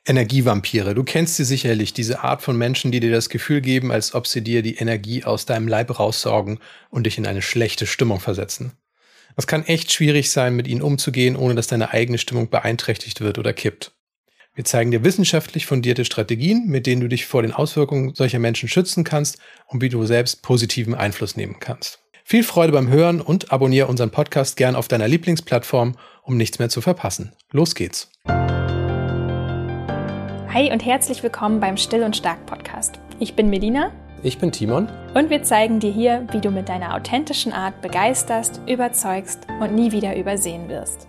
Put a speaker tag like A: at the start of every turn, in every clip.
A: Energievampire. Du kennst sie sicherlich, diese Art von Menschen, die dir das Gefühl geben, als ob sie dir die Energie aus deinem Leib raussaugen und dich in eine schlechte Stimmung versetzen. Es kann echt schwierig sein, mit ihnen umzugehen, ohne dass deine eigene Stimmung beeinträchtigt wird oder kippt. Wir zeigen dir wissenschaftlich fundierte Strategien, mit denen du dich vor den Auswirkungen solcher Menschen schützen kannst und wie du selbst positiven Einfluss nehmen kannst. Viel Freude beim Hören und abonniere unseren Podcast gern auf deiner Lieblingsplattform, um nichts mehr zu verpassen. Los geht's!
B: Hi und herzlich willkommen beim Still und Stark Podcast. Ich bin Melina.
C: Ich bin Timon.
B: Und wir zeigen dir hier, wie du mit deiner authentischen Art begeisterst, überzeugst und nie wieder übersehen wirst.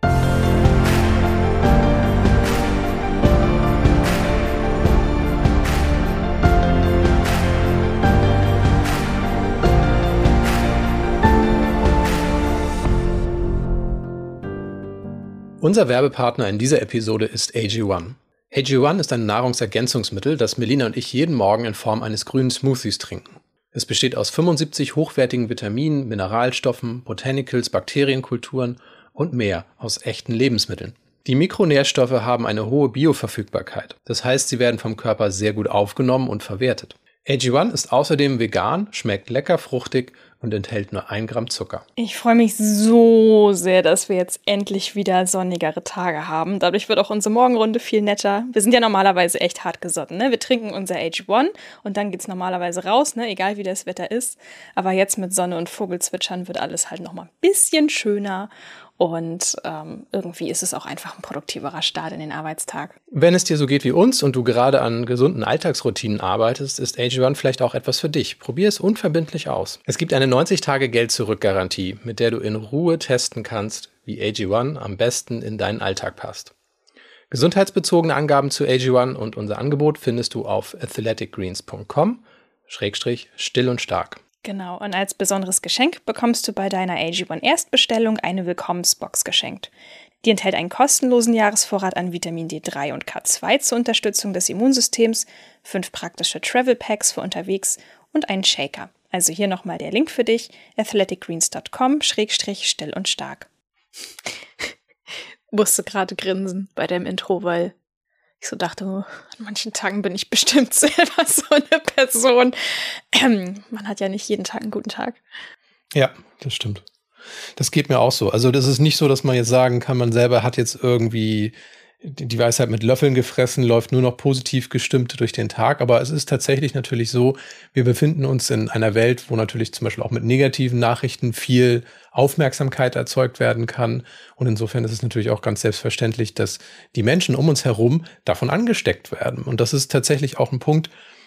A: Unser Werbepartner in dieser Episode ist AG1. AG1 ist ein Nahrungsergänzungsmittel, das Melina und ich jeden Morgen in Form eines grünen Smoothies trinken. Es besteht aus 75 hochwertigen Vitaminen, Mineralstoffen, Botanicals, Bakterienkulturen und mehr aus echten Lebensmitteln. Die Mikronährstoffe haben eine hohe Bioverfügbarkeit. Das heißt, sie werden vom Körper sehr gut aufgenommen und verwertet. AG1 ist außerdem vegan, schmeckt lecker fruchtig und enthält nur 1 Gramm Zucker.
B: Ich freue mich so sehr, dass wir jetzt endlich wieder sonnigere Tage haben. Dadurch wird auch unsere Morgenrunde viel netter. Wir sind ja normalerweise echt hart gesotten, ne? Wir trinken unser AG1 und dann geht's normalerweise raus, ne? Egal wie das Wetter ist. Aber jetzt mit Sonne und Vogelzwitschern wird alles halt nochmal ein bisschen schöner. Und irgendwie ist es auch einfach ein produktiverer Start in den Arbeitstag.
A: Wenn es dir so geht wie uns und du gerade an gesunden Alltagsroutinen arbeitest, ist AG1 vielleicht auch etwas für dich. Probier es unverbindlich aus. Es gibt eine 90-Tage-Geld-Zurück-Garantie, mit der du in Ruhe testen kannst, wie AG1 am besten in deinen Alltag passt. Gesundheitsbezogene Angaben zu AG1 und unser Angebot findest du auf athleticgreens.com/still und stark.
B: Genau, und als besonderes Geschenk bekommst du bei deiner AG1 Erstbestellung eine Willkommensbox geschenkt. Die enthält einen kostenlosen Jahresvorrat an Vitamin D3 und K2 zur Unterstützung des Immunsystems, 5 praktische Travel Packs für unterwegs und einen Shaker. Also hier nochmal der Link für dich, athleticgreens.com/still und stark. Musste gerade grinsen bei deinem Intro, weil ich so dachte, an manchen Tagen bin ich bestimmt selber so eine Person. Man hat ja nicht jeden Tag einen guten Tag.
A: Ja, das stimmt. Das geht mir auch so. Also das ist nicht so, dass man jetzt sagen kann, man selber hat jetzt irgendwie die Weisheit mit Löffeln gefressen, läuft nur noch positiv gestimmt durch den Tag. Aber es ist tatsächlich natürlich so, wir befinden uns in einer Welt, wo natürlich zum Beispiel auch mit negativen Nachrichten viel Aufmerksamkeit erzeugt werden kann. Und insofern ist es natürlich auch ganz selbstverständlich, dass die Menschen um uns herum davon angesteckt werden. Und das ist tatsächlich auch ein Punkt,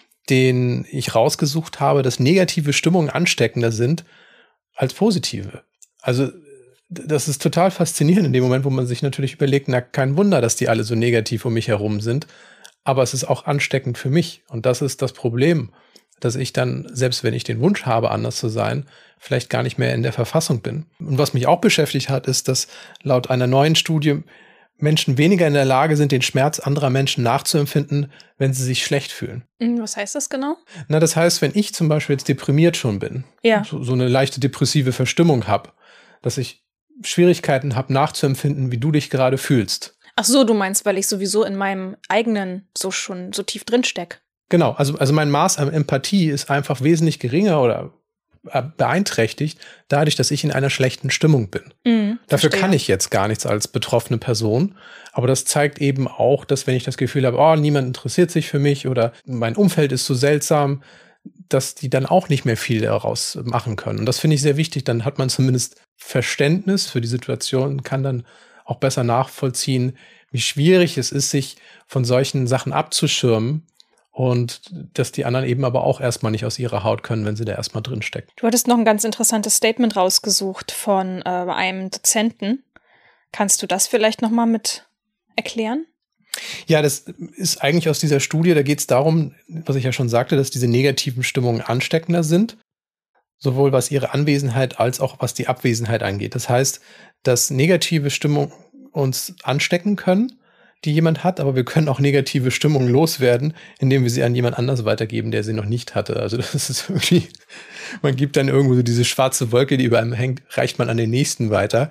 A: den ich rausgesucht habe, dass negative Stimmungen ansteckender sind als positive. Also das ist total faszinierend in dem Moment, wo man sich natürlich überlegt, na, kein Wunder, dass die alle so negativ um mich herum sind. Aber es ist auch ansteckend für mich. Und das ist das Problem, dass ich dann, selbst wenn ich den Wunsch habe, anders zu sein, vielleicht gar nicht mehr in der Verfassung bin. Und was mich auch beschäftigt hat, ist, dass laut einer neuen Studie Menschen weniger in der Lage sind, den Schmerz anderer Menschen nachzuempfinden, wenn sie sich schlecht fühlen.
B: Was heißt das genau?
A: Na, das heißt, wenn ich zum Beispiel jetzt deprimiert schon bin, so eine leichte depressive Verstimmung habe, dass ich Schwierigkeiten habe nachzuempfinden, wie du dich gerade fühlst.
B: Ach so, du meinst, weil ich sowieso in meinem eigenen schon so tief drin stecke.
A: Genau, also mein Maß an Empathie ist einfach wesentlich geringer oder beeinträchtigt, dadurch, dass ich in einer schlechten Stimmung bin. Dafür kann ich jetzt gar nichts als betroffene Person, aber das zeigt eben auch, dass wenn ich das Gefühl habe, oh, niemand interessiert sich für mich oder mein Umfeld ist so seltsam, dass die dann auch nicht mehr viel daraus machen können. Und das finde ich sehr wichtig. Dann hat man zumindest Verständnis für die Situation, kann dann auch besser nachvollziehen, wie schwierig es ist, sich von solchen Sachen abzuschirmen und dass die anderen eben aber auch erstmal nicht aus ihrer Haut können, wenn sie da erstmal drin stecken.
B: Du hattest noch ein ganz interessantes Statement rausgesucht von einem Dozenten. Kannst du das vielleicht nochmal mit erklären?
A: Ja, das ist eigentlich aus dieser Studie, da geht es darum, was ich ja schon sagte, dass diese negativen Stimmungen ansteckender sind, sowohl was ihre Anwesenheit als auch was die Abwesenheit angeht. Das heißt, dass negative Stimmungen uns anstecken können, die jemand hat, aber wir können auch negative Stimmungen loswerden, indem wir sie an jemand anders weitergeben, der sie noch nicht hatte. Also das ist irgendwie, man gibt dann irgendwo so diese schwarze Wolke, die über einem hängt, reicht man an den nächsten weiter.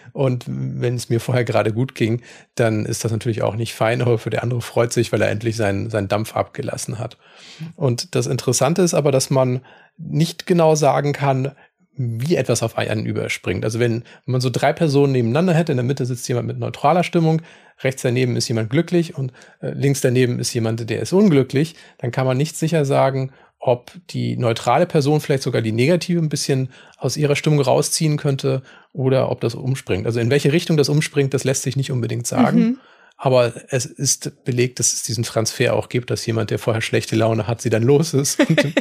A: Und wenn es mir vorher gerade gut ging, dann ist das natürlich auch nicht fein, aber für der andere freut sich, weil er endlich seinen Dampf abgelassen hat. Und das Interessante ist aber, dass man nicht genau sagen kann, wie etwas auf einen überspringt. Also wenn man so 3 Personen nebeneinander hätte, in der Mitte sitzt jemand mit neutraler Stimmung, rechts daneben ist jemand glücklich und links daneben ist jemand, der ist unglücklich, dann kann man nicht sicher sagen, ob die neutrale Person vielleicht sogar die negative ein bisschen aus ihrer Stimmung rausziehen könnte oder ob das umspringt. Also in welche Richtung das umspringt, das lässt sich nicht unbedingt sagen. Aber es ist belegt, dass es diesen Transfer auch gibt, dass jemand, der vorher schlechte Laune hat, sie dann los ist.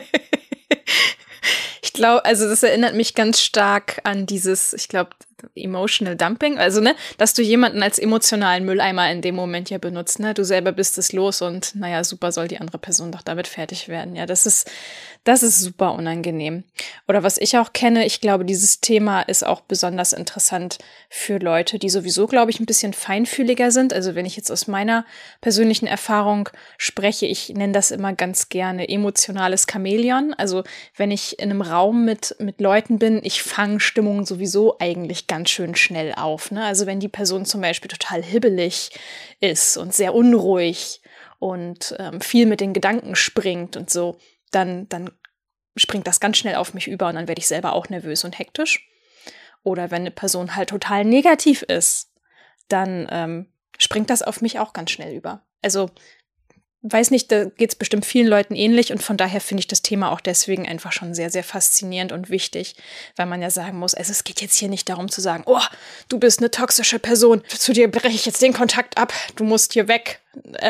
B: Ich glaube, also das erinnert mich ganz stark an dieses, ich glaube, Emotional Dumping, also dass du jemanden als emotionalen Mülleimer in dem Moment ja benutzt, du selber bist es los und naja, super, soll die andere Person doch damit fertig werden. Ja, das ist super unangenehm. Oder was ich auch kenne, ich glaube, dieses Thema ist auch besonders interessant für Leute, die sowieso, glaube ich, ein bisschen feinfühliger sind. Also wenn ich jetzt aus meiner persönlichen Erfahrung spreche, ich nenne das immer ganz gerne emotionales Chamäleon. Also wenn ich in einem Raum mit Leuten bin, ich fange Stimmungen sowieso eigentlich ganz schön schnell auf. Also wenn die Person zum Beispiel total hibbelig ist und sehr unruhig und viel mit den Gedanken springt und so, dann springt das ganz schnell auf mich über und dann werde ich selber auch nervös und hektisch. Oder wenn eine Person halt total negativ ist, dann springt das auf mich auch ganz schnell über. Also weiß nicht, da geht es bestimmt vielen Leuten ähnlich und von daher finde ich das Thema auch deswegen einfach schon sehr, sehr faszinierend und wichtig, weil man ja sagen muss, also es geht jetzt hier nicht darum zu sagen, oh, du bist eine toxische Person, zu dir breche ich jetzt den Kontakt ab, du musst hier weg.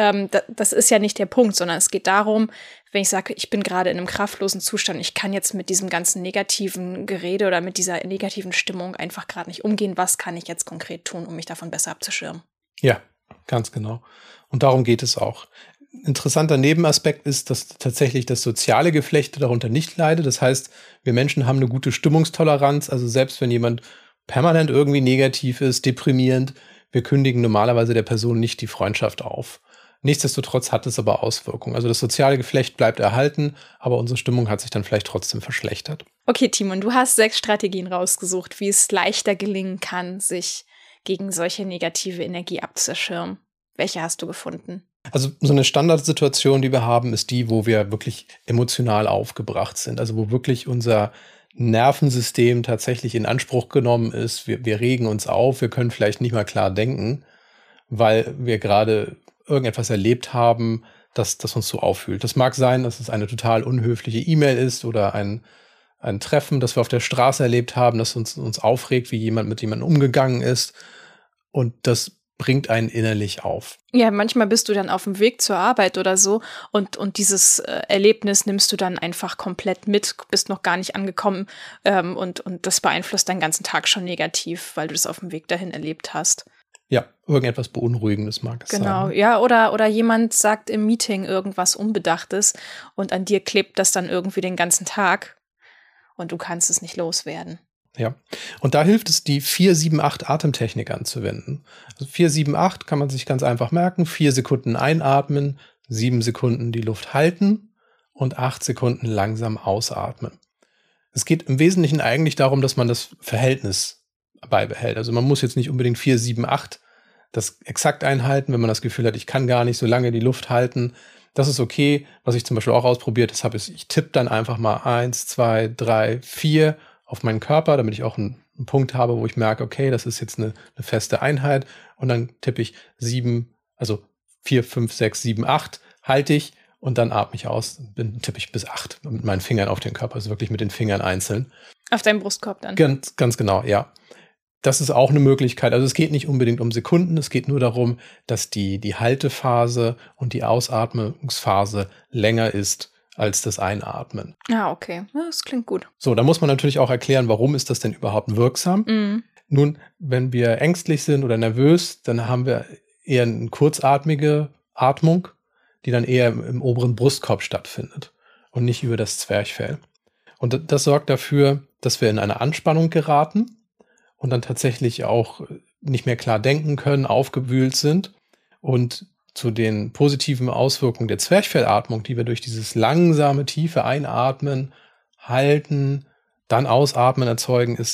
B: Das ist ja nicht der Punkt, sondern es geht darum, wenn ich sage, ich bin gerade in einem kraftlosen Zustand, ich kann jetzt mit diesem ganzen negativen Gerede oder mit dieser negativen Stimmung einfach gerade nicht umgehen, was kann ich jetzt konkret tun, um mich davon besser abzuschirmen?
A: Ja, ganz genau. Und darum geht es auch. Interessanter Nebenaspekt ist, dass tatsächlich das soziale Geflecht darunter nicht leidet. Das heißt, wir Menschen haben eine gute Stimmungstoleranz. Also selbst wenn jemand permanent irgendwie negativ ist, deprimierend, wir kündigen normalerweise der Person nicht die Freundschaft auf. Nichtsdestotrotz hat es aber Auswirkungen. Also das soziale Geflecht bleibt erhalten, aber unsere Stimmung hat sich dann vielleicht trotzdem verschlechtert.
B: Okay, Timon, du hast 6 Strategien rausgesucht, wie es leichter gelingen kann, sich gegen solche negative Energie abzuschirmen. Welche hast du gefunden?
A: Also so eine Standardsituation, die wir haben, ist die, wo wir wirklich emotional aufgebracht sind. Also wo wirklich unser Nervensystem tatsächlich in Anspruch genommen ist. Wir regen uns auf, wir können vielleicht nicht mal klar denken, weil wir gerade irgendetwas erlebt haben, das uns so auffühlt. Das mag sein, dass es eine total unhöfliche E-Mail ist oder ein Treffen, das wir auf der Straße erlebt haben, das uns aufregt, wie jemand mit jemandem umgegangen ist. Und das bringt einen innerlich auf.
B: Ja, manchmal bist du dann auf dem Weg zur Arbeit oder so und dieses Erlebnis nimmst du dann einfach komplett mit, bist noch gar nicht angekommen und das beeinflusst deinen ganzen Tag schon negativ, weil du das auf dem Weg dahin erlebt hast.
A: Ja, irgendetwas Beunruhigendes mag es sein.
B: Genau, ja, oder jemand sagt im Meeting irgendwas Unbedachtes und an dir klebt das dann irgendwie den ganzen Tag und du kannst es nicht loswerden.
A: Ja, und da hilft es, die 4-7-8 Atemtechnik anzuwenden. Also 4-7-8 kann man sich ganz einfach merken. 4 Sekunden einatmen, 7 Sekunden die Luft halten und 8 Sekunden langsam ausatmen. Es geht im Wesentlichen eigentlich darum, dass man das Verhältnis beibehält. Also man muss jetzt nicht unbedingt 4-7-8 das exakt einhalten, wenn man das Gefühl hat, ich kann gar nicht so lange die Luft halten. Das ist okay. Was ich zum Beispiel auch ausprobiert habe, ist, ich tippe dann einfach mal 1, 2, 3, 4 auf meinen Körper, damit ich auch einen Punkt habe, wo ich merke, okay, das ist jetzt eine feste Einheit. Und dann tippe ich 7, also 4, 5, 6, 7, 8, halte ich und dann atme ich aus. Dann tippe ich bis 8 mit meinen Fingern auf den Körper, also wirklich mit den Fingern einzeln.
B: Auf deinem Brustkorb dann?
A: Ganz genau, ja. Das ist auch eine Möglichkeit. Also es geht nicht unbedingt um Sekunden, es geht nur darum, dass die Haltephase und die Ausatmungsphase länger ist als das Einatmen.
B: Ah, okay. Ja, das klingt gut.
A: So, da muss man natürlich auch erklären, warum ist das denn überhaupt wirksam?
B: Mhm.
A: Nun, wenn wir ängstlich sind oder nervös, dann haben wir eher eine kurzatmige Atmung, die dann eher im oberen Brustkorb stattfindet und nicht über das Zwerchfell. Und das sorgt dafür, dass wir in eine Anspannung geraten und dann tatsächlich auch nicht mehr klar denken können, aufgewühlt sind. Und zu den positiven Auswirkungen der Zwerchfellatmung, die wir durch dieses langsame, tiefe Einatmen, Halten, dann Ausatmen erzeugen, ist,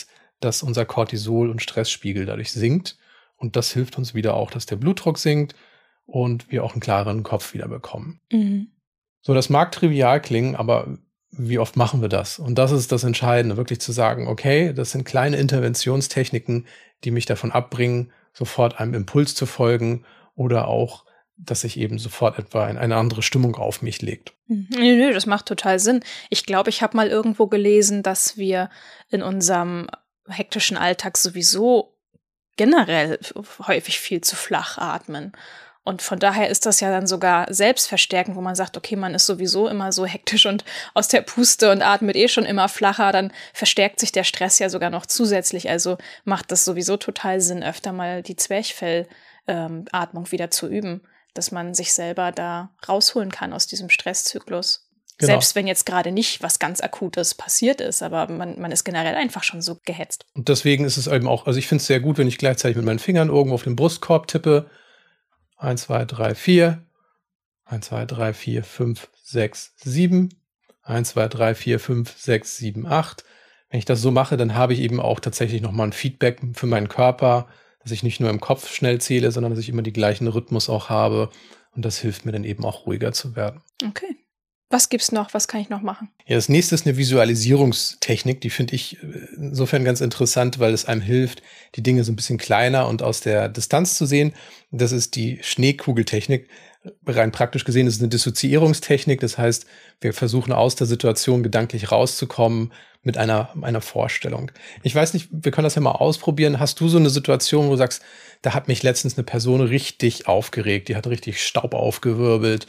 A: dass unser Cortisol- und Stressspiegel dadurch sinkt. Und das hilft uns wieder auch, dass der Blutdruck sinkt und wir auch einen klareren Kopf wieder bekommen.
B: Mhm.
A: So, das mag trivial klingen, aber wie oft machen wir das? Und das ist das Entscheidende, wirklich zu sagen, okay, das sind kleine Interventionstechniken, die mich davon abbringen, sofort einem Impuls zu folgen oder auch, dass sich eben sofort etwa eine andere Stimmung auf mich legt.
B: Nö, das macht total Sinn. Ich glaube, ich habe mal irgendwo gelesen, dass wir in unserem hektischen Alltag sowieso generell häufig viel zu flach atmen. Und von daher ist das ja dann sogar selbstverstärkend, wo man sagt, okay, man ist sowieso immer so hektisch und aus der Puste und atmet schon immer flacher, dann verstärkt sich der Stress ja sogar noch zusätzlich. Also macht das sowieso total Sinn, öfter mal die Zwerchfellatmung wieder zu üben, dass man sich selber da rausholen kann aus diesem Stresszyklus. Genau. Selbst wenn jetzt gerade nicht was ganz Akutes passiert ist, aber man ist generell einfach schon so gehetzt.
A: Und deswegen ist es eben auch, also ich finde es sehr gut, wenn ich gleichzeitig mit meinen Fingern irgendwo auf den Brustkorb tippe. 1, 2, 3, 4. 1, 2, 3, 4, 5, 6, 7. 1, 2, 3, 4, 5, 6, 7, 8. Wenn ich das so mache, dann habe ich eben auch tatsächlich nochmal ein Feedback für meinen Körper, dass ich nicht nur im Kopf schnell zähle, sondern dass ich immer die gleichen Rhythmus auch habe. Und das hilft mir dann eben auch ruhiger zu werden.
B: Okay. Was gibt's noch? Was kann ich noch machen?
A: Ja, das nächste ist eine Visualisierungstechnik, die finde ich insofern ganz interessant, weil es einem hilft, die Dinge so ein bisschen kleiner und aus der Distanz zu sehen. Das ist die Schneekugeltechnik. Rein praktisch gesehen ist es eine Dissoziierungstechnik. Das heißt, wir versuchen aus der Situation gedanklich rauszukommen mit einer Vorstellung. Ich weiß nicht, wir können das ja mal ausprobieren. Hast du so eine Situation, wo du sagst, da hat mich letztens eine Person richtig aufgeregt, die hat richtig Staub aufgewirbelt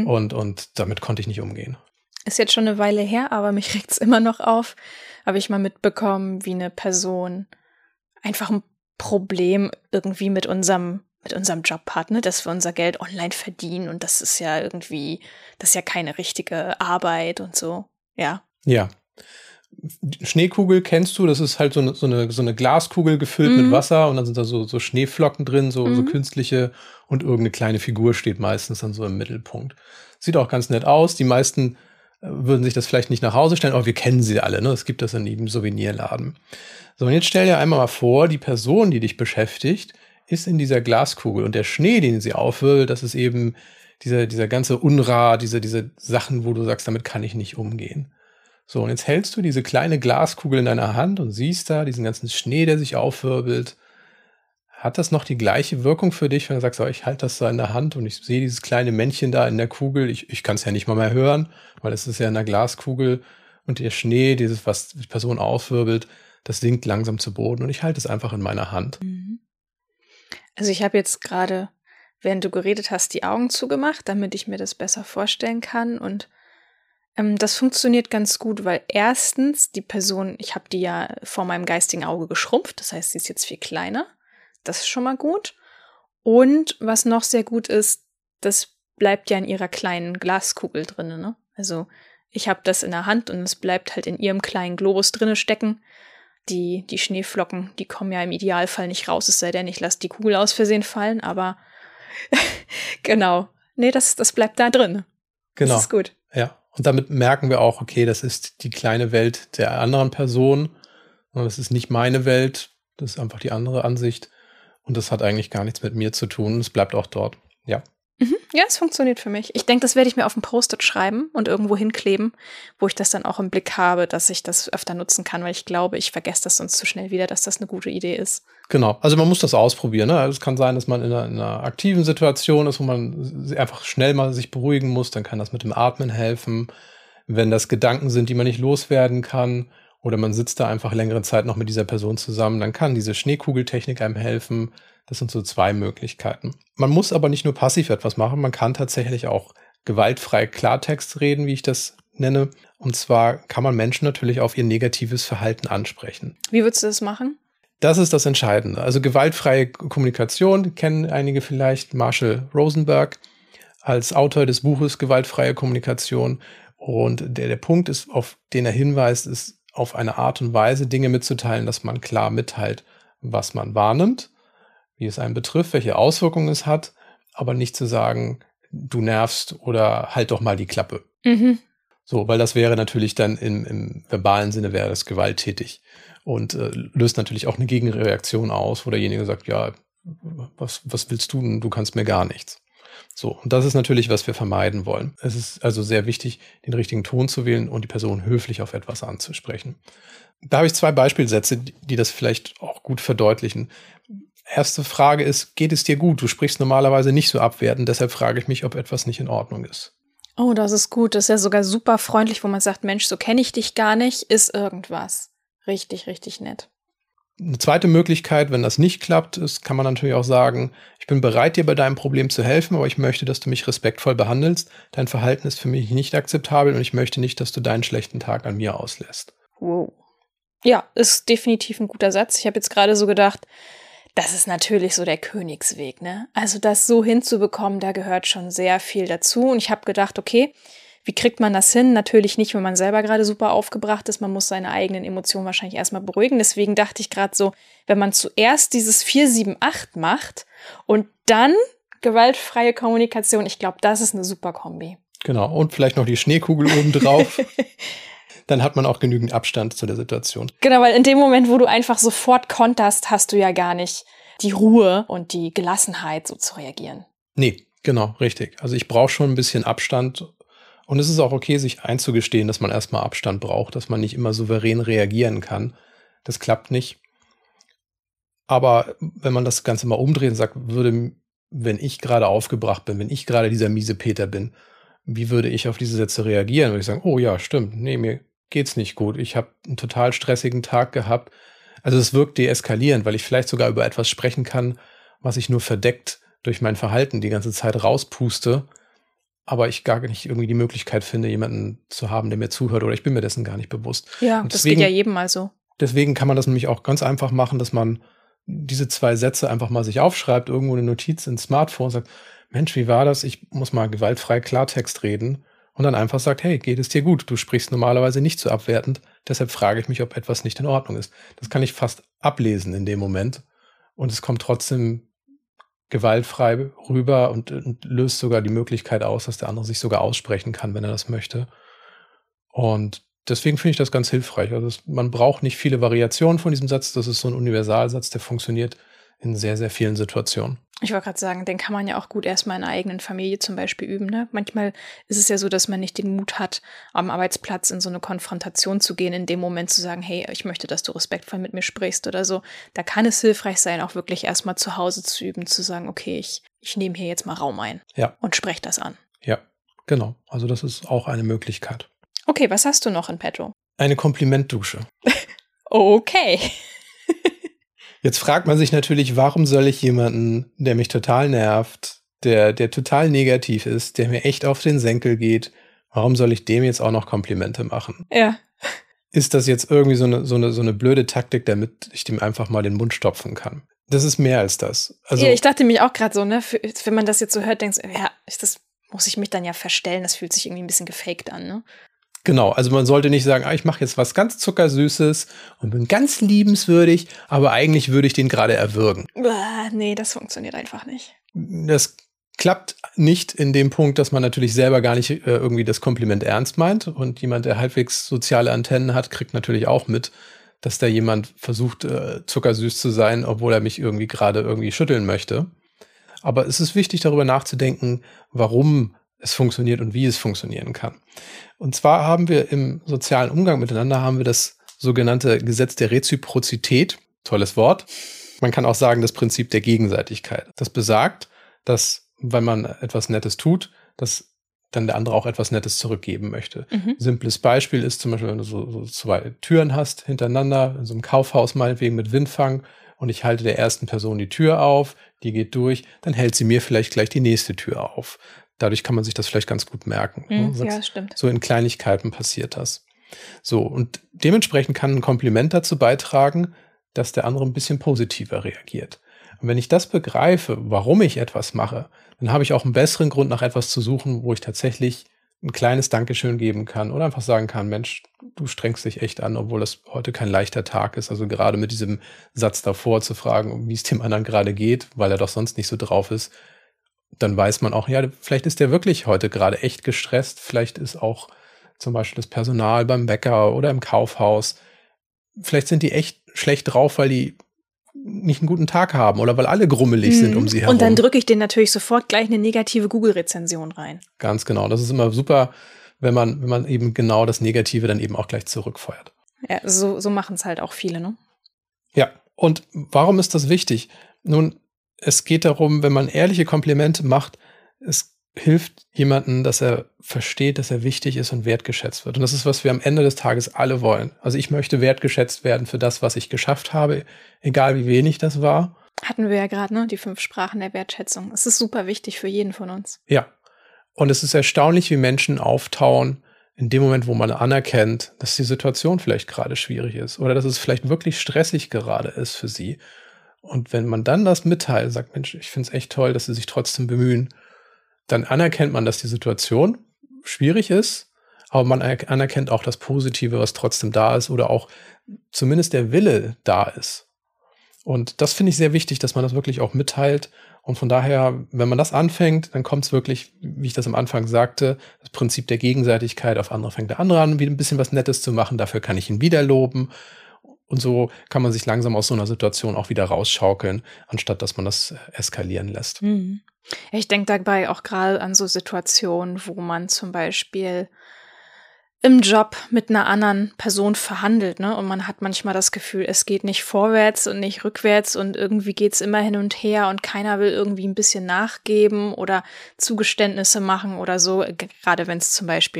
A: und damit konnte ich nicht umgehen.
B: Ist jetzt schon eine Weile her, aber mich regt's immer noch auf. Habe ich mal mitbekommen, wie eine Person einfach ein Problem irgendwie mit unserem Job hat, ne? Dass wir unser Geld online verdienen und das ist ja irgendwie, das ist ja keine richtige Arbeit und so, ja.
A: Ja. Schneekugel kennst du, das ist halt so eine Glaskugel gefüllt mit Wasser und dann sind da so Schneeflocken drin, so künstliche und irgendeine kleine Figur steht meistens dann so im Mittelpunkt. Sieht auch ganz nett aus, die meisten würden sich das vielleicht nicht nach Hause stellen, aber wir kennen sie alle, ne? Es gibt das in jedem Souvenirladen. So, und jetzt stell dir einmal mal vor, die Person, die dich beschäftigt, ist in dieser Glaskugel und der Schnee, den sie aufwirbelt, das ist eben dieser ganze Unrat, diese Sachen, wo du sagst, damit kann ich nicht umgehen. So, und jetzt hältst du diese kleine Glaskugel in deiner Hand und siehst da diesen ganzen Schnee, der sich aufwirbelt. Hat das noch die gleiche Wirkung für dich, wenn du sagst, oh, ich halte das da in der Hand und ich sehe dieses kleine Männchen da in der Kugel, ich kann es ja nicht mal mehr hören, weil es ist ja in der Glaskugel und der Schnee, was die Person aufwirbelt, das sinkt langsam zu Boden und ich halte es einfach in meiner Hand.
B: Also ich habe jetzt gerade, während du geredet hast, die Augen zugemacht, damit ich mir das besser vorstellen kann und das funktioniert ganz gut, weil erstens die Person, ich habe die ja vor meinem geistigen Auge geschrumpft, das heißt, sie ist jetzt viel kleiner. Das ist schon mal gut. Und was noch sehr gut ist, das bleibt ja in ihrer kleinen Glaskugel drin, ne? Also ich habe das in der Hand und es bleibt halt in ihrem kleinen Globus drinne stecken. Die Schneeflocken, die kommen ja im Idealfall nicht raus, es sei denn, ich lasse die Kugel aus Versehen fallen, aber genau. Nee, das bleibt da drin.
A: Genau.
B: Das ist gut.
A: Ja. Und damit merken wir auch, okay, das ist die kleine Welt der anderen Person. Und das ist nicht meine Welt. Das ist einfach die andere Ansicht. Und das hat eigentlich gar nichts mit mir zu tun. Es bleibt auch dort. Ja.
B: Ja, es funktioniert für mich. Ich denke, das werde ich mir auf ein Post-it schreiben und irgendwo hinkleben, wo ich das dann auch im Blick habe, dass ich das öfter nutzen kann, weil ich glaube, ich vergesse das sonst zu schnell wieder, dass das eine gute Idee ist.
A: Genau. Also man muss das ausprobieren. Ne? Es kann sein, dass man in einer aktiven Situation ist, wo man einfach schnell mal sich beruhigen muss. Dann kann das mit dem Atmen helfen. Wenn das Gedanken sind, die man nicht loswerden kann, oder man sitzt da einfach längere Zeit noch mit dieser Person zusammen, dann kann diese Schneekugeltechnik einem helfen. Das sind so 2 Möglichkeiten. Man muss aber nicht nur passiv etwas machen, man kann tatsächlich auch gewaltfrei Klartext reden, wie ich das nenne. Und zwar kann man Menschen natürlich auf ihr negatives Verhalten ansprechen.
B: Wie würdest du das machen?
A: Das ist das Entscheidende. Also gewaltfreie Kommunikation kennen einige vielleicht, Marshall Rosenberg als Autor des Buches Gewaltfreie Kommunikation. Und der Punkt ist, auf den er hinweist, ist auf eine Art und Weise Dinge mitzuteilen, dass man klar mitteilt, was man wahrnimmt, wie es einen betrifft, welche Auswirkungen es hat, aber nicht zu sagen, du nervst oder halt doch mal die Klappe. So, weil das wäre natürlich dann im verbalen Sinne wäre das gewalttätig und löst natürlich auch eine Gegenreaktion aus, wo derjenige sagt, ja, was willst du denn? Du kannst mir gar nichts. So, und das ist natürlich, was wir vermeiden wollen. Es ist also sehr wichtig, den richtigen Ton zu wählen und die Person höflich auf etwas anzusprechen. Da habe ich 2 Beispielsätze, die das vielleicht auch gut verdeutlichen. Erste Frage ist, geht es dir gut? Du sprichst normalerweise nicht so abwertend, deshalb frage ich mich, ob etwas nicht in Ordnung ist.
B: Oh, das ist gut. Das ist ja sogar super freundlich, wo man sagt, Mensch, so kenne ich dich gar nicht, ist irgendwas. Richtig, richtig nett.
A: Eine zweite Möglichkeit, wenn das nicht klappt, ist, kann man natürlich auch sagen, ich bin bereit, dir bei deinem Problem zu helfen, aber ich möchte, dass du mich respektvoll behandelst. Dein Verhalten ist für mich nicht akzeptabel und ich möchte nicht, dass du deinen schlechten Tag an mir auslässt.
B: Wow. Ja, ist definitiv ein guter Satz. Ich habe jetzt gerade so gedacht, das ist natürlich so der Königsweg, ne? Also das so hinzubekommen, da gehört schon sehr viel dazu. Und ich habe gedacht, okay, wie kriegt man das hin? Natürlich nicht, wenn man selber gerade super aufgebracht ist. Man muss seine eigenen Emotionen wahrscheinlich erstmal beruhigen. Deswegen dachte ich gerade so, wenn man zuerst dieses 4-7-8 macht und dann gewaltfreie Kommunikation, ich glaube, das ist eine super Kombi.
A: Genau, und vielleicht noch die Schneekugel oben drauf. Dann hat man auch genügend Abstand zu der Situation.
B: Genau, weil in dem Moment, wo du einfach sofort konterst, hast du ja gar nicht die Ruhe und die Gelassenheit, so zu reagieren.
A: Nee, genau, richtig. Also ich brauche schon ein bisschen Abstand. Und es ist auch okay, sich einzugestehen, dass man erstmal Abstand braucht, dass man nicht immer souverän reagieren kann. Das klappt nicht. Aber wenn man das Ganze mal umdreht und sagt, wenn ich gerade aufgebracht bin, wenn ich gerade dieser miese Peter bin, wie würde ich auf diese Sätze reagieren? Würde ich sagen, oh ja, stimmt, nee, mir geht's nicht gut. Ich habe einen total stressigen Tag gehabt. Also es wirkt deeskalierend, weil ich vielleicht sogar über etwas sprechen kann, was ich nur verdeckt durch mein Verhalten die ganze Zeit rauspuste, aber ich gar nicht irgendwie die Möglichkeit finde, jemanden zu haben, der mir zuhört, oder ich bin mir dessen gar nicht bewusst.
B: Ja,
A: und
B: das geht ja jedem mal so.
A: Deswegen kann man das nämlich auch ganz einfach machen, dass man diese 2 Sätze einfach mal sich aufschreibt, irgendwo eine Notiz ins Smartphone und sagt, Mensch, wie war das? Ich muss mal gewaltfrei Klartext reden. Und dann einfach sagt, hey, geht es dir gut? Du sprichst normalerweise nicht so abwertend, deshalb frage ich mich, ob etwas nicht in Ordnung ist. Das kann ich fast ablesen in dem Moment. Und es kommt trotzdem gewaltfrei rüber und löst sogar die Möglichkeit aus, dass der andere sich sogar aussprechen kann, wenn er das möchte. Und deswegen finde ich das ganz hilfreich. Also man braucht nicht viele Variationen von diesem Satz. Das ist so ein Universalsatz, der funktioniert in sehr, sehr vielen Situationen.
B: Ich wollte gerade sagen, den kann man ja auch gut erstmal in der eigenen Familie zum Beispiel üben. Ne? Manchmal ist es ja so, dass man nicht den Mut hat, am Arbeitsplatz in so eine Konfrontation zu gehen, in dem Moment zu sagen, hey, ich möchte, dass du respektvoll mit mir sprichst oder so. Da kann es hilfreich sein, auch wirklich erstmal zu Hause zu üben, zu sagen, okay, ich nehme hier jetzt mal Raum ein und spreche das an.
A: Ja, genau. Also das ist auch eine Möglichkeit.
B: Okay, was hast du noch in petto?
A: Eine Komplimentdusche.
B: Okay.
A: Jetzt fragt man sich natürlich, warum soll ich jemanden, der mich total nervt, der total negativ ist, der mir echt auf den Senkel geht, warum soll ich dem jetzt auch noch Komplimente machen?
B: Ja.
A: Ist das jetzt irgendwie so eine blöde Taktik, damit ich dem einfach mal den Mund stopfen kann? Das ist mehr als das. Also,
B: ja, ich dachte mich auch gerade so, ne, wenn man das jetzt so hört, denkst du, ja, das muss ich mich dann ja verstellen, das fühlt sich irgendwie ein bisschen gefaked an, ne?
A: Genau, also man sollte nicht sagen, ich mache jetzt was ganz Zuckersüßes und bin ganz liebenswürdig, aber eigentlich würde ich den gerade erwürgen.
B: Nee, das funktioniert einfach nicht.
A: Das klappt nicht in dem Punkt, dass man natürlich selber gar nicht irgendwie das Kompliment ernst meint. Und jemand, der halbwegs soziale Antennen hat, kriegt natürlich auch mit, dass da jemand versucht, zuckersüß zu sein, obwohl er mich irgendwie gerade irgendwie schütteln möchte. Aber es ist wichtig, darüber nachzudenken, warum es funktioniert und wie es funktionieren kann. Und zwar haben wir im sozialen Umgang miteinander haben wir das sogenannte Gesetz der Reziprozität. Tolles Wort. Man kann auch sagen, das Prinzip der Gegenseitigkeit. Das besagt, dass, wenn man etwas Nettes tut, dass dann der andere auch etwas Nettes zurückgeben möchte. Simples Beispiel ist zum Beispiel, wenn du so 2 Türen hast hintereinander, in so einem Kaufhaus meinetwegen mit Windfang, und ich halte der ersten Person die Tür auf, die geht durch, dann hält sie mir vielleicht gleich die nächste Tür auf. Dadurch kann man sich das vielleicht ganz gut merken.
B: Ja, stimmt.
A: So in Kleinigkeiten passiert das. So, und dementsprechend kann ein Kompliment dazu beitragen, dass der andere ein bisschen positiver reagiert. Und wenn ich das begreife, warum ich etwas mache, dann habe ich auch einen besseren Grund, nach etwas zu suchen, wo ich tatsächlich ein kleines Dankeschön geben kann oder einfach sagen kann, Mensch, du strengst dich echt an, obwohl das heute kein leichter Tag ist. Also gerade mit diesem Satz davor zu fragen, wie es dem anderen gerade geht, weil er doch sonst nicht so drauf ist, dann weiß man auch, ja, vielleicht ist der wirklich heute gerade echt gestresst. Vielleicht ist auch zum Beispiel das Personal beim Bäcker oder im Kaufhaus. Vielleicht sind die echt schlecht drauf, weil die nicht einen guten Tag haben oder weil alle grummelig sind um sie herum.
B: Und dann drücke ich denen natürlich sofort gleich eine negative Google-Rezension rein.
A: Ganz genau. Das ist immer super, wenn man eben genau das Negative dann eben auch gleich zurückfeuert.
B: Ja, so machen es halt auch viele, ne?
A: Ja, und warum ist das wichtig? Nun, es geht darum, wenn man ehrliche Komplimente macht, es hilft jemandem, dass er versteht, dass er wichtig ist und wertgeschätzt wird. Und das ist, was wir am Ende des Tages alle wollen. Also ich möchte wertgeschätzt werden für das, was ich geschafft habe, egal wie wenig das war.
B: Hatten wir ja gerade, ne? Die 5 Sprachen der Wertschätzung. Es ist super wichtig für jeden von uns.
A: Ja. Und es ist erstaunlich, wie Menschen auftauen in dem Moment, wo man anerkennt, dass die Situation vielleicht gerade schwierig ist oder dass es vielleicht wirklich stressig gerade ist für sie. Und wenn man dann das mitteilt, sagt, Mensch, ich finde es echt toll, dass sie sich trotzdem bemühen, dann anerkennt man, dass die Situation schwierig ist, aber man anerkennt auch das Positive, was trotzdem da ist oder auch zumindest der Wille da ist. Und das finde ich sehr wichtig, dass man das wirklich auch mitteilt. Und von daher, wenn man das anfängt, dann kommt es wirklich, wie ich das am Anfang sagte, das Prinzip der Gegenseitigkeit. Auf andere fängt der andere an, wieder ein bisschen was Nettes zu machen. Dafür kann ich ihn wieder loben. Und so kann man sich langsam aus so einer Situation auch wieder rausschaukeln, anstatt dass man das eskalieren lässt.
B: Mhm. Ich denke dabei auch gerade an so Situationen, wo man zum Beispiel im Job mit einer anderen Person verhandelt, ne? Und man hat manchmal das Gefühl, es geht nicht vorwärts und nicht rückwärts und irgendwie geht's immer hin und her und keiner will irgendwie ein bisschen nachgeben oder Zugeständnisse machen oder so. Gerade wenn es zum Beispiel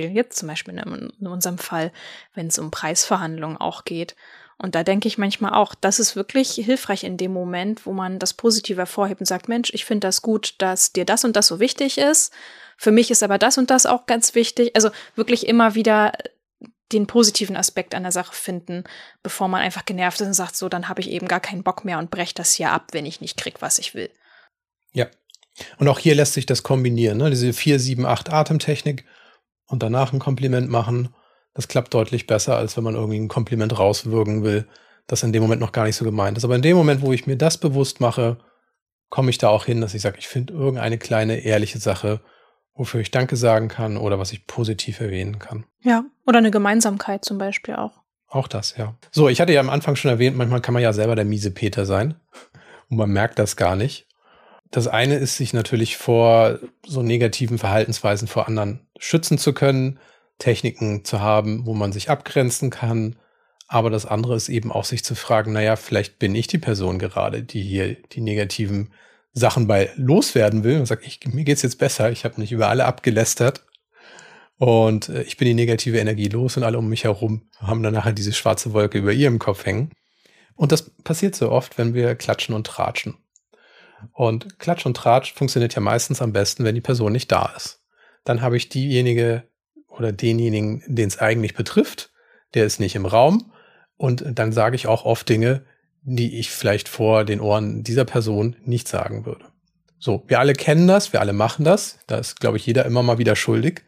B: in unserem Fall, wenn es um Preisverhandlungen auch geht. Und da denke ich manchmal auch, das ist wirklich hilfreich in dem Moment, wo man das Positive hervorhebt und sagt, Mensch, ich finde das gut, dass dir das und das so wichtig ist. Für mich ist aber das und das auch ganz wichtig. Also wirklich immer wieder den positiven Aspekt an der Sache finden, bevor man einfach genervt ist und sagt, so, dann habe ich eben gar keinen Bock mehr und breche das hier ab, wenn ich nicht krieg, was ich will.
A: Ja. Und auch hier lässt sich das kombinieren, ne? Diese 4, 7, 8 Atemtechnik und danach ein Kompliment machen. Das klappt deutlich besser, als wenn man irgendwie ein Kompliment rauswürgen will, das in dem Moment noch gar nicht so gemeint ist. Aber in dem Moment, wo ich mir das bewusst mache, komme ich da auch hin, dass ich sage, ich finde irgendeine kleine, ehrliche Sache, wofür ich Danke sagen kann oder was ich positiv erwähnen kann.
B: Ja, oder eine Gemeinsamkeit zum Beispiel auch.
A: Auch das, ja. So, ich hatte ja am Anfang schon erwähnt, manchmal kann man ja selber der miese Peter sein und man merkt das gar nicht. Das eine ist, sich natürlich vor so negativen Verhaltensweisen vor anderen schützen zu können, Techniken zu haben, wo man sich abgrenzen kann. Aber das andere ist eben auch, sich zu fragen, naja, vielleicht bin ich die Person gerade, die hier die negativen Sachen bei loswerden will und sagt, mir geht's jetzt besser, ich habe nicht über alle abgelästert und ich bin die negative Energie los und alle um mich herum haben dann nachher diese schwarze Wolke über ihrem Kopf hängen. Und das passiert so oft, wenn wir klatschen und tratschen. Und Klatsch und Tratsch funktioniert ja meistens am besten, wenn die Person nicht da ist. Dann habe ich diejenige oder denjenigen, den es eigentlich betrifft, der ist nicht im Raum. Und dann sage ich auch oft Dinge, die ich vielleicht vor den Ohren dieser Person nicht sagen würde. So, wir alle kennen das, wir alle machen das. Da ist, glaube ich, jeder immer mal wieder schuldig.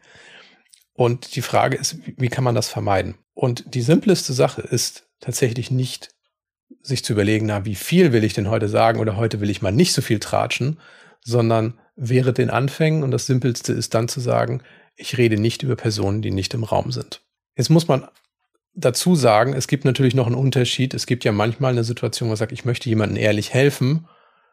A: Und die Frage ist, wie kann man das vermeiden? Und die simpleste Sache ist tatsächlich nicht, sich zu überlegen, na, wie viel will ich denn heute sagen oder heute will ich mal nicht so viel tratschen, sondern während den Anfängen, und das Simpelste ist dann zu sagen, ich rede nicht über Personen, die nicht im Raum sind. Jetzt muss man dazu sagen, es gibt natürlich noch einen Unterschied. Es gibt ja manchmal eine Situation, wo man sagt, ich möchte jemandem ehrlich helfen,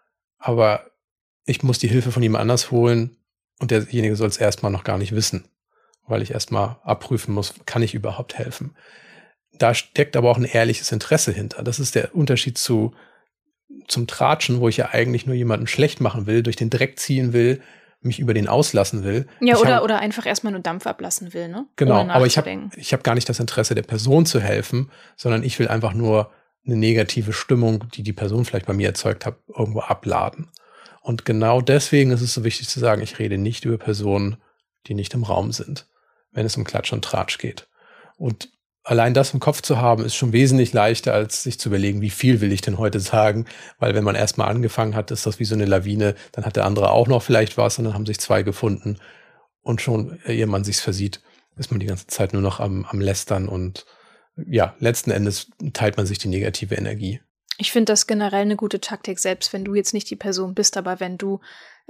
A: aber ich muss die Hilfe von jemand anders holen und derjenige soll es erstmal noch gar nicht wissen, weil ich erstmal abprüfen muss, kann ich überhaupt helfen? Da steckt aber auch ein ehrliches Interesse hinter. Das ist der Unterschied zum Tratschen, wo ich ja eigentlich nur jemanden schlecht machen will, durch den Dreck ziehen will, mich über den auslassen will.
B: Ja, oder einfach erstmal nur Dampf ablassen will, ne?
A: Genau, aber ich hab gar nicht das Interesse, der Person zu helfen, sondern ich will einfach nur eine negative Stimmung, die die Person vielleicht bei mir erzeugt hat, irgendwo abladen. Und genau deswegen ist es so wichtig zu sagen, ich rede nicht über Personen, die nicht im Raum sind, wenn es um Klatsch und Tratsch geht. Und allein das im Kopf zu haben, ist schon wesentlich leichter, als sich zu überlegen, wie viel will ich denn heute sagen. Weil wenn man erstmal angefangen hat, ist das wie so eine Lawine. Dann hat der andere auch noch vielleicht was und dann haben sich 2 gefunden. Und schon, ehe man sich's versieht, ist man die ganze Zeit nur noch am Lästern. Und ja, letzten Endes teilt man sich die negative Energie.
B: Ich finde das generell eine gute Taktik, selbst wenn du jetzt nicht die Person bist, aber wenn du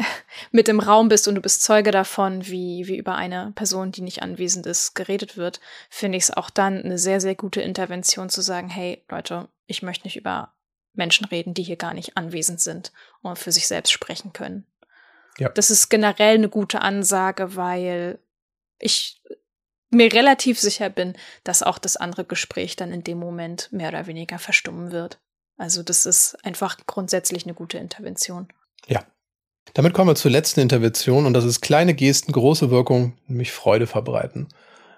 B: mit im Raum bist und du bist Zeuge davon, wie über eine Person, die nicht anwesend ist, geredet wird, finde ich es auch dann eine sehr, sehr gute Intervention zu sagen, hey Leute, ich möchte nicht über Menschen reden, die hier gar nicht anwesend sind und für sich selbst sprechen können.
A: Ja.
B: Das ist generell eine gute Ansage, weil ich mir relativ sicher bin, dass auch das andere Gespräch dann in dem Moment mehr oder weniger verstummen wird. Also das ist einfach grundsätzlich eine gute Intervention.
A: Ja. Damit kommen wir zur letzten Intervention und das ist kleine Gesten, große Wirkung, nämlich Freude verbreiten.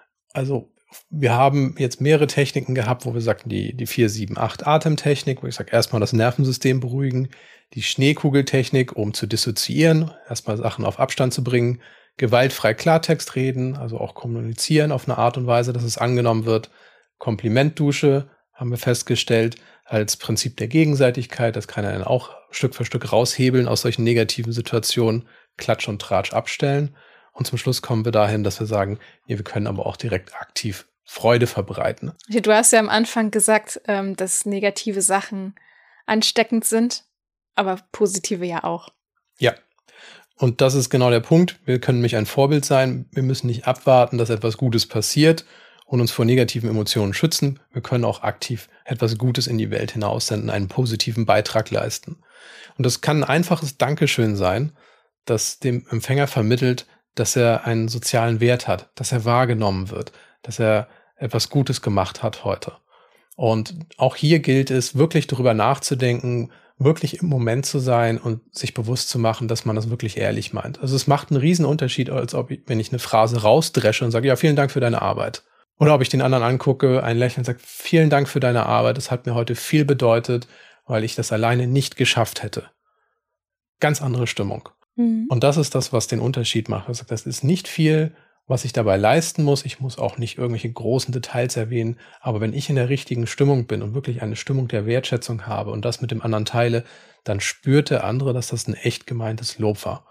A: Also wir haben jetzt mehrere Techniken gehabt, wo wir sagten, die 4-7-8 Atemtechnik, wo ich sage, erstmal das Nervensystem beruhigen, die Schneekugeltechnik, um zu dissoziieren, erstmal Sachen auf Abstand zu bringen, gewaltfrei Klartext reden, also auch kommunizieren auf eine Art und Weise, dass es angenommen wird, Komplimentdusche, haben wir festgestellt, als Prinzip der Gegenseitigkeit, das kann er dann auch Stück für Stück raushebeln aus solchen negativen Situationen, Klatsch und Tratsch abstellen. Und zum Schluss kommen wir dahin, dass wir sagen, ja, wir können aber auch direkt aktiv Freude verbreiten.
B: Du hast ja am Anfang gesagt, dass negative Sachen ansteckend sind, aber positive ja auch.
A: Ja, und das ist genau der Punkt. Wir können nämlich ein Vorbild sein. Wir müssen nicht abwarten, dass etwas Gutes passiert und uns vor negativen Emotionen schützen. Wir können auch aktiv etwas Gutes in die Welt hinaussenden, einen positiven Beitrag leisten. Und das kann ein einfaches Dankeschön sein, das dem Empfänger vermittelt, dass er einen sozialen Wert hat, dass er wahrgenommen wird, dass er etwas Gutes gemacht hat heute. Und auch hier gilt es, wirklich darüber nachzudenken, wirklich im Moment zu sein und sich bewusst zu machen, dass man das wirklich ehrlich meint. Also es macht einen riesen Unterschied, als ob wenn ich eine Phrase rausdresche und sage, ja, vielen Dank für deine Arbeit. Oder ob ich den anderen angucke, ein Lächeln und sage, vielen Dank für deine Arbeit, das hat mir heute viel bedeutet, weil ich das alleine nicht geschafft hätte. Ganz andere Stimmung. Und das ist das, was den Unterschied macht. Also das ist nicht viel, was ich dabei leisten muss. Ich muss auch nicht irgendwelche großen Details erwähnen. Aber wenn ich in der richtigen Stimmung bin und wirklich eine Stimmung der Wertschätzung habe und das mit dem anderen teile, dann spürt der andere, dass das ein echt gemeintes Lob war.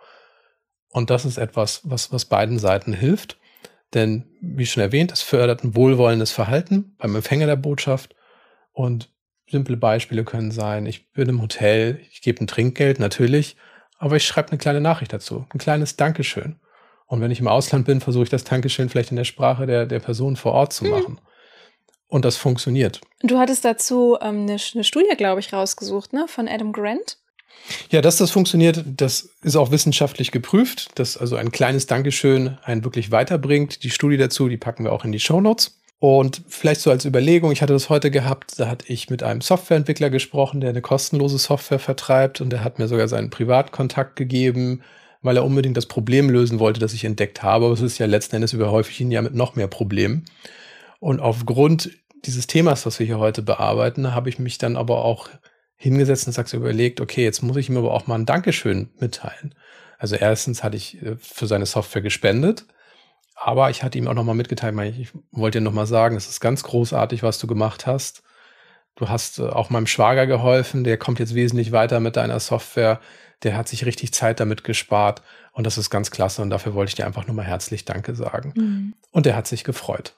A: Und das ist etwas, was beiden Seiten hilft. Denn, wie schon erwähnt, es fördert ein wohlwollendes Verhalten beim Empfänger der Botschaft. Und simple Beispiele können sein, ich bin im Hotel, ich gebe ein Trinkgeld, natürlich, aber ich schreibe eine kleine Nachricht dazu, ein kleines Dankeschön. Und wenn ich im Ausland bin, versuche ich das Dankeschön vielleicht in der Sprache der Person vor Ort zu machen. Und das funktioniert.
B: Du hattest dazu eine Studie, glaube ich, rausgesucht, ne, von Adam Grant.
A: Ja, dass das funktioniert, das ist auch wissenschaftlich geprüft, dass also ein kleines Dankeschön einen wirklich weiterbringt. Die Studie dazu, die packen wir auch in die Shownotes. Und vielleicht so als Überlegung, ich hatte das heute gehabt, da hatte ich mit einem Softwareentwickler gesprochen, der eine kostenlose Software vertreibt und der hat mir sogar seinen Privatkontakt gegeben, weil er unbedingt das Problem lösen wollte, das ich entdeckt habe. Aber es ist ja letzten Endes überhäufe ich ihn ja mit noch mehr Problemen. Und aufgrund dieses Themas, was wir hier heute bearbeiten, habe ich mich dann aber auch hingesetzt und überlegt, okay, jetzt muss ich ihm aber auch mal ein Dankeschön mitteilen. Also erstens hatte ich für seine Software gespendet, aber ich hatte ihm auch nochmal mitgeteilt, ich wollte dir nochmal sagen, es ist ganz großartig, was du gemacht hast. Du hast auch meinem Schwager geholfen, der kommt jetzt wesentlich weiter mit deiner Software. Der hat sich richtig Zeit damit gespart und das ist ganz klasse und dafür wollte ich dir einfach nur mal herzlich Danke sagen. Und der hat sich gefreut.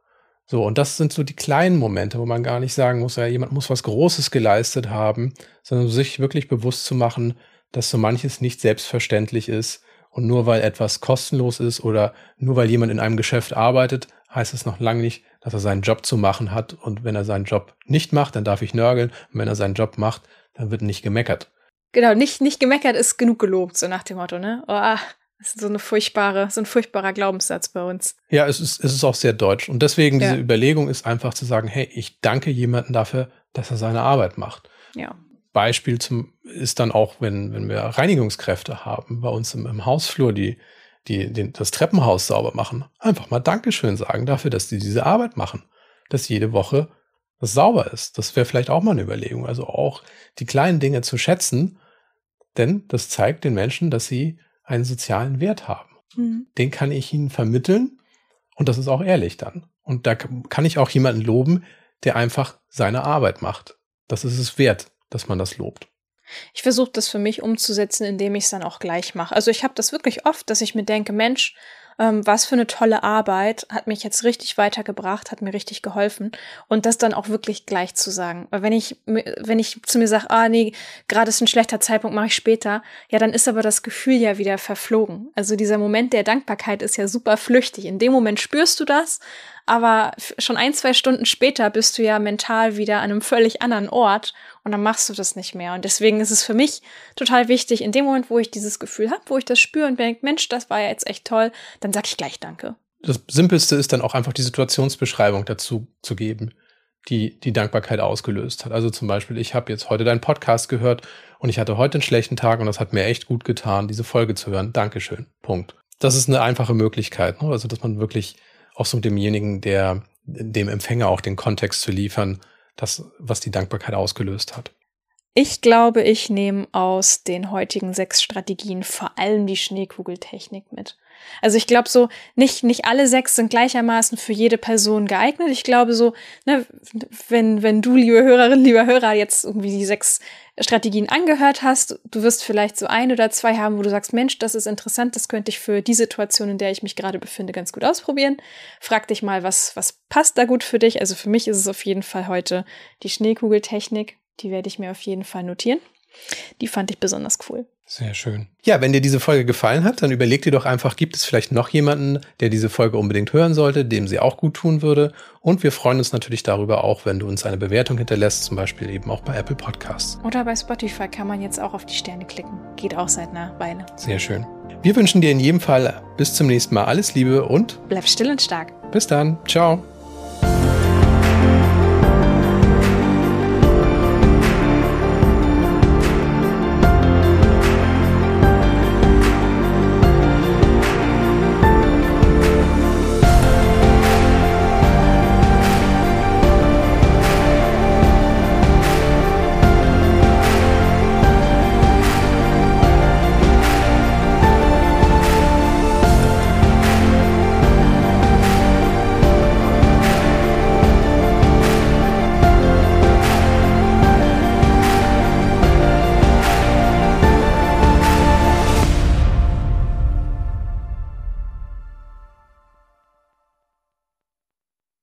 A: So, und das sind so die kleinen Momente, wo man gar nicht sagen muss, ja, jemand muss was Großes geleistet haben, sondern sich wirklich bewusst zu machen, dass so manches nicht selbstverständlich ist. Und nur weil etwas kostenlos ist oder nur weil jemand in einem Geschäft arbeitet, heißt es noch lange nicht, dass er seinen Job zu machen hat. Und wenn er seinen Job nicht macht, dann darf ich nörgeln. Und wenn er seinen Job macht, dann wird nicht gemeckert.
B: Genau, nicht gemeckert ist genug gelobt, so nach dem Motto, ne? Oh, das ist so ein furchtbarer Glaubenssatz bei uns.
A: Ja, es ist auch sehr deutsch. Und deswegen diese Überlegung ist einfach zu sagen, hey, ich danke jemandem dafür, dass er seine Arbeit macht.
B: Ja.
A: Beispiel ist dann auch, wenn wir Reinigungskräfte haben, bei uns im Hausflur, die das Treppenhaus sauber machen. Einfach mal Dankeschön sagen dafür, dass die diese Arbeit machen. Dass jede Woche das sauber ist. Das wäre vielleicht auch mal eine Überlegung. Also auch die kleinen Dinge zu schätzen, denn das zeigt den Menschen, dass sie einen sozialen Wert haben. Den kann ich ihnen vermitteln und das ist auch ehrlich dann. Und da kann ich auch jemanden loben, der einfach seine Arbeit macht. Das ist es wert, dass man das lobt.
B: Ich versuche das für mich umzusetzen, indem ich es dann auch gleich mache. Also ich habe das wirklich oft, dass ich mir denke, Mensch, was für eine tolle Arbeit, hat mich jetzt richtig weitergebracht, hat mir richtig geholfen. Und das dann auch wirklich gleich zu sagen. Weil wenn ich zu mir sage, nee, gerade ist ein schlechter Zeitpunkt, mache ich später, ja, dann ist aber das Gefühl ja wieder verflogen. Also dieser Moment der Dankbarkeit ist ja super flüchtig. In dem Moment spürst du das, aber schon 1-2 Stunden später bist du ja mental wieder an einem völlig anderen Ort und dann machst du das nicht mehr. Und deswegen ist es für mich total wichtig, in dem Moment, wo ich dieses Gefühl habe, wo ich das spüre und denke, Mensch, das war ja jetzt echt toll, dann sag ich gleich Danke.
A: Das Simpelste ist dann auch einfach die Situationsbeschreibung dazu zu geben, die die Dankbarkeit ausgelöst hat. Also zum Beispiel, ich habe jetzt heute deinen Podcast gehört und ich hatte heute einen schlechten Tag und das hat mir echt gut getan, diese Folge zu hören. Dankeschön. Punkt. Das ist eine einfache Möglichkeit, ne? Also dass man wirklich auch so demjenigen, dem Empfänger auch den Kontext zu liefern, das, was die Dankbarkeit ausgelöst hat.
B: Ich glaube, ich nehme aus den heutigen 6 Strategien vor allem die Schneekugeltechnik mit. Also ich glaube so, nicht alle 6 sind gleichermaßen für jede Person geeignet. Ich glaube so, ne, wenn du, liebe Hörerin, lieber Hörer, jetzt irgendwie die 6 Strategien angehört hast, du wirst vielleicht so 1 oder 2 haben, wo du sagst, Mensch, das ist interessant, das könnte ich für die Situation, in der ich mich gerade befinde, ganz gut ausprobieren. Frag dich mal, was passt da gut für dich? Also für mich ist es auf jeden Fall heute die Schneekugeltechnik. Die werde ich mir auf jeden Fall notieren. Die fand ich besonders cool.
A: Sehr schön. Ja, wenn dir diese Folge gefallen hat, dann überleg dir doch einfach, gibt es vielleicht noch jemanden, der diese Folge unbedingt hören sollte, dem sie auch gut tun würde? Und wir freuen uns natürlich darüber auch, wenn du uns eine Bewertung hinterlässt, zum Beispiel eben auch bei Apple Podcasts.
B: Oder bei Spotify kann man jetzt auch auf die Sterne klicken. Geht auch seit einer Weile.
A: Sehr schön. Wir wünschen dir in jedem Fall bis zum nächsten Mal alles Liebe und
B: bleib still und stark.
A: Bis dann. Ciao.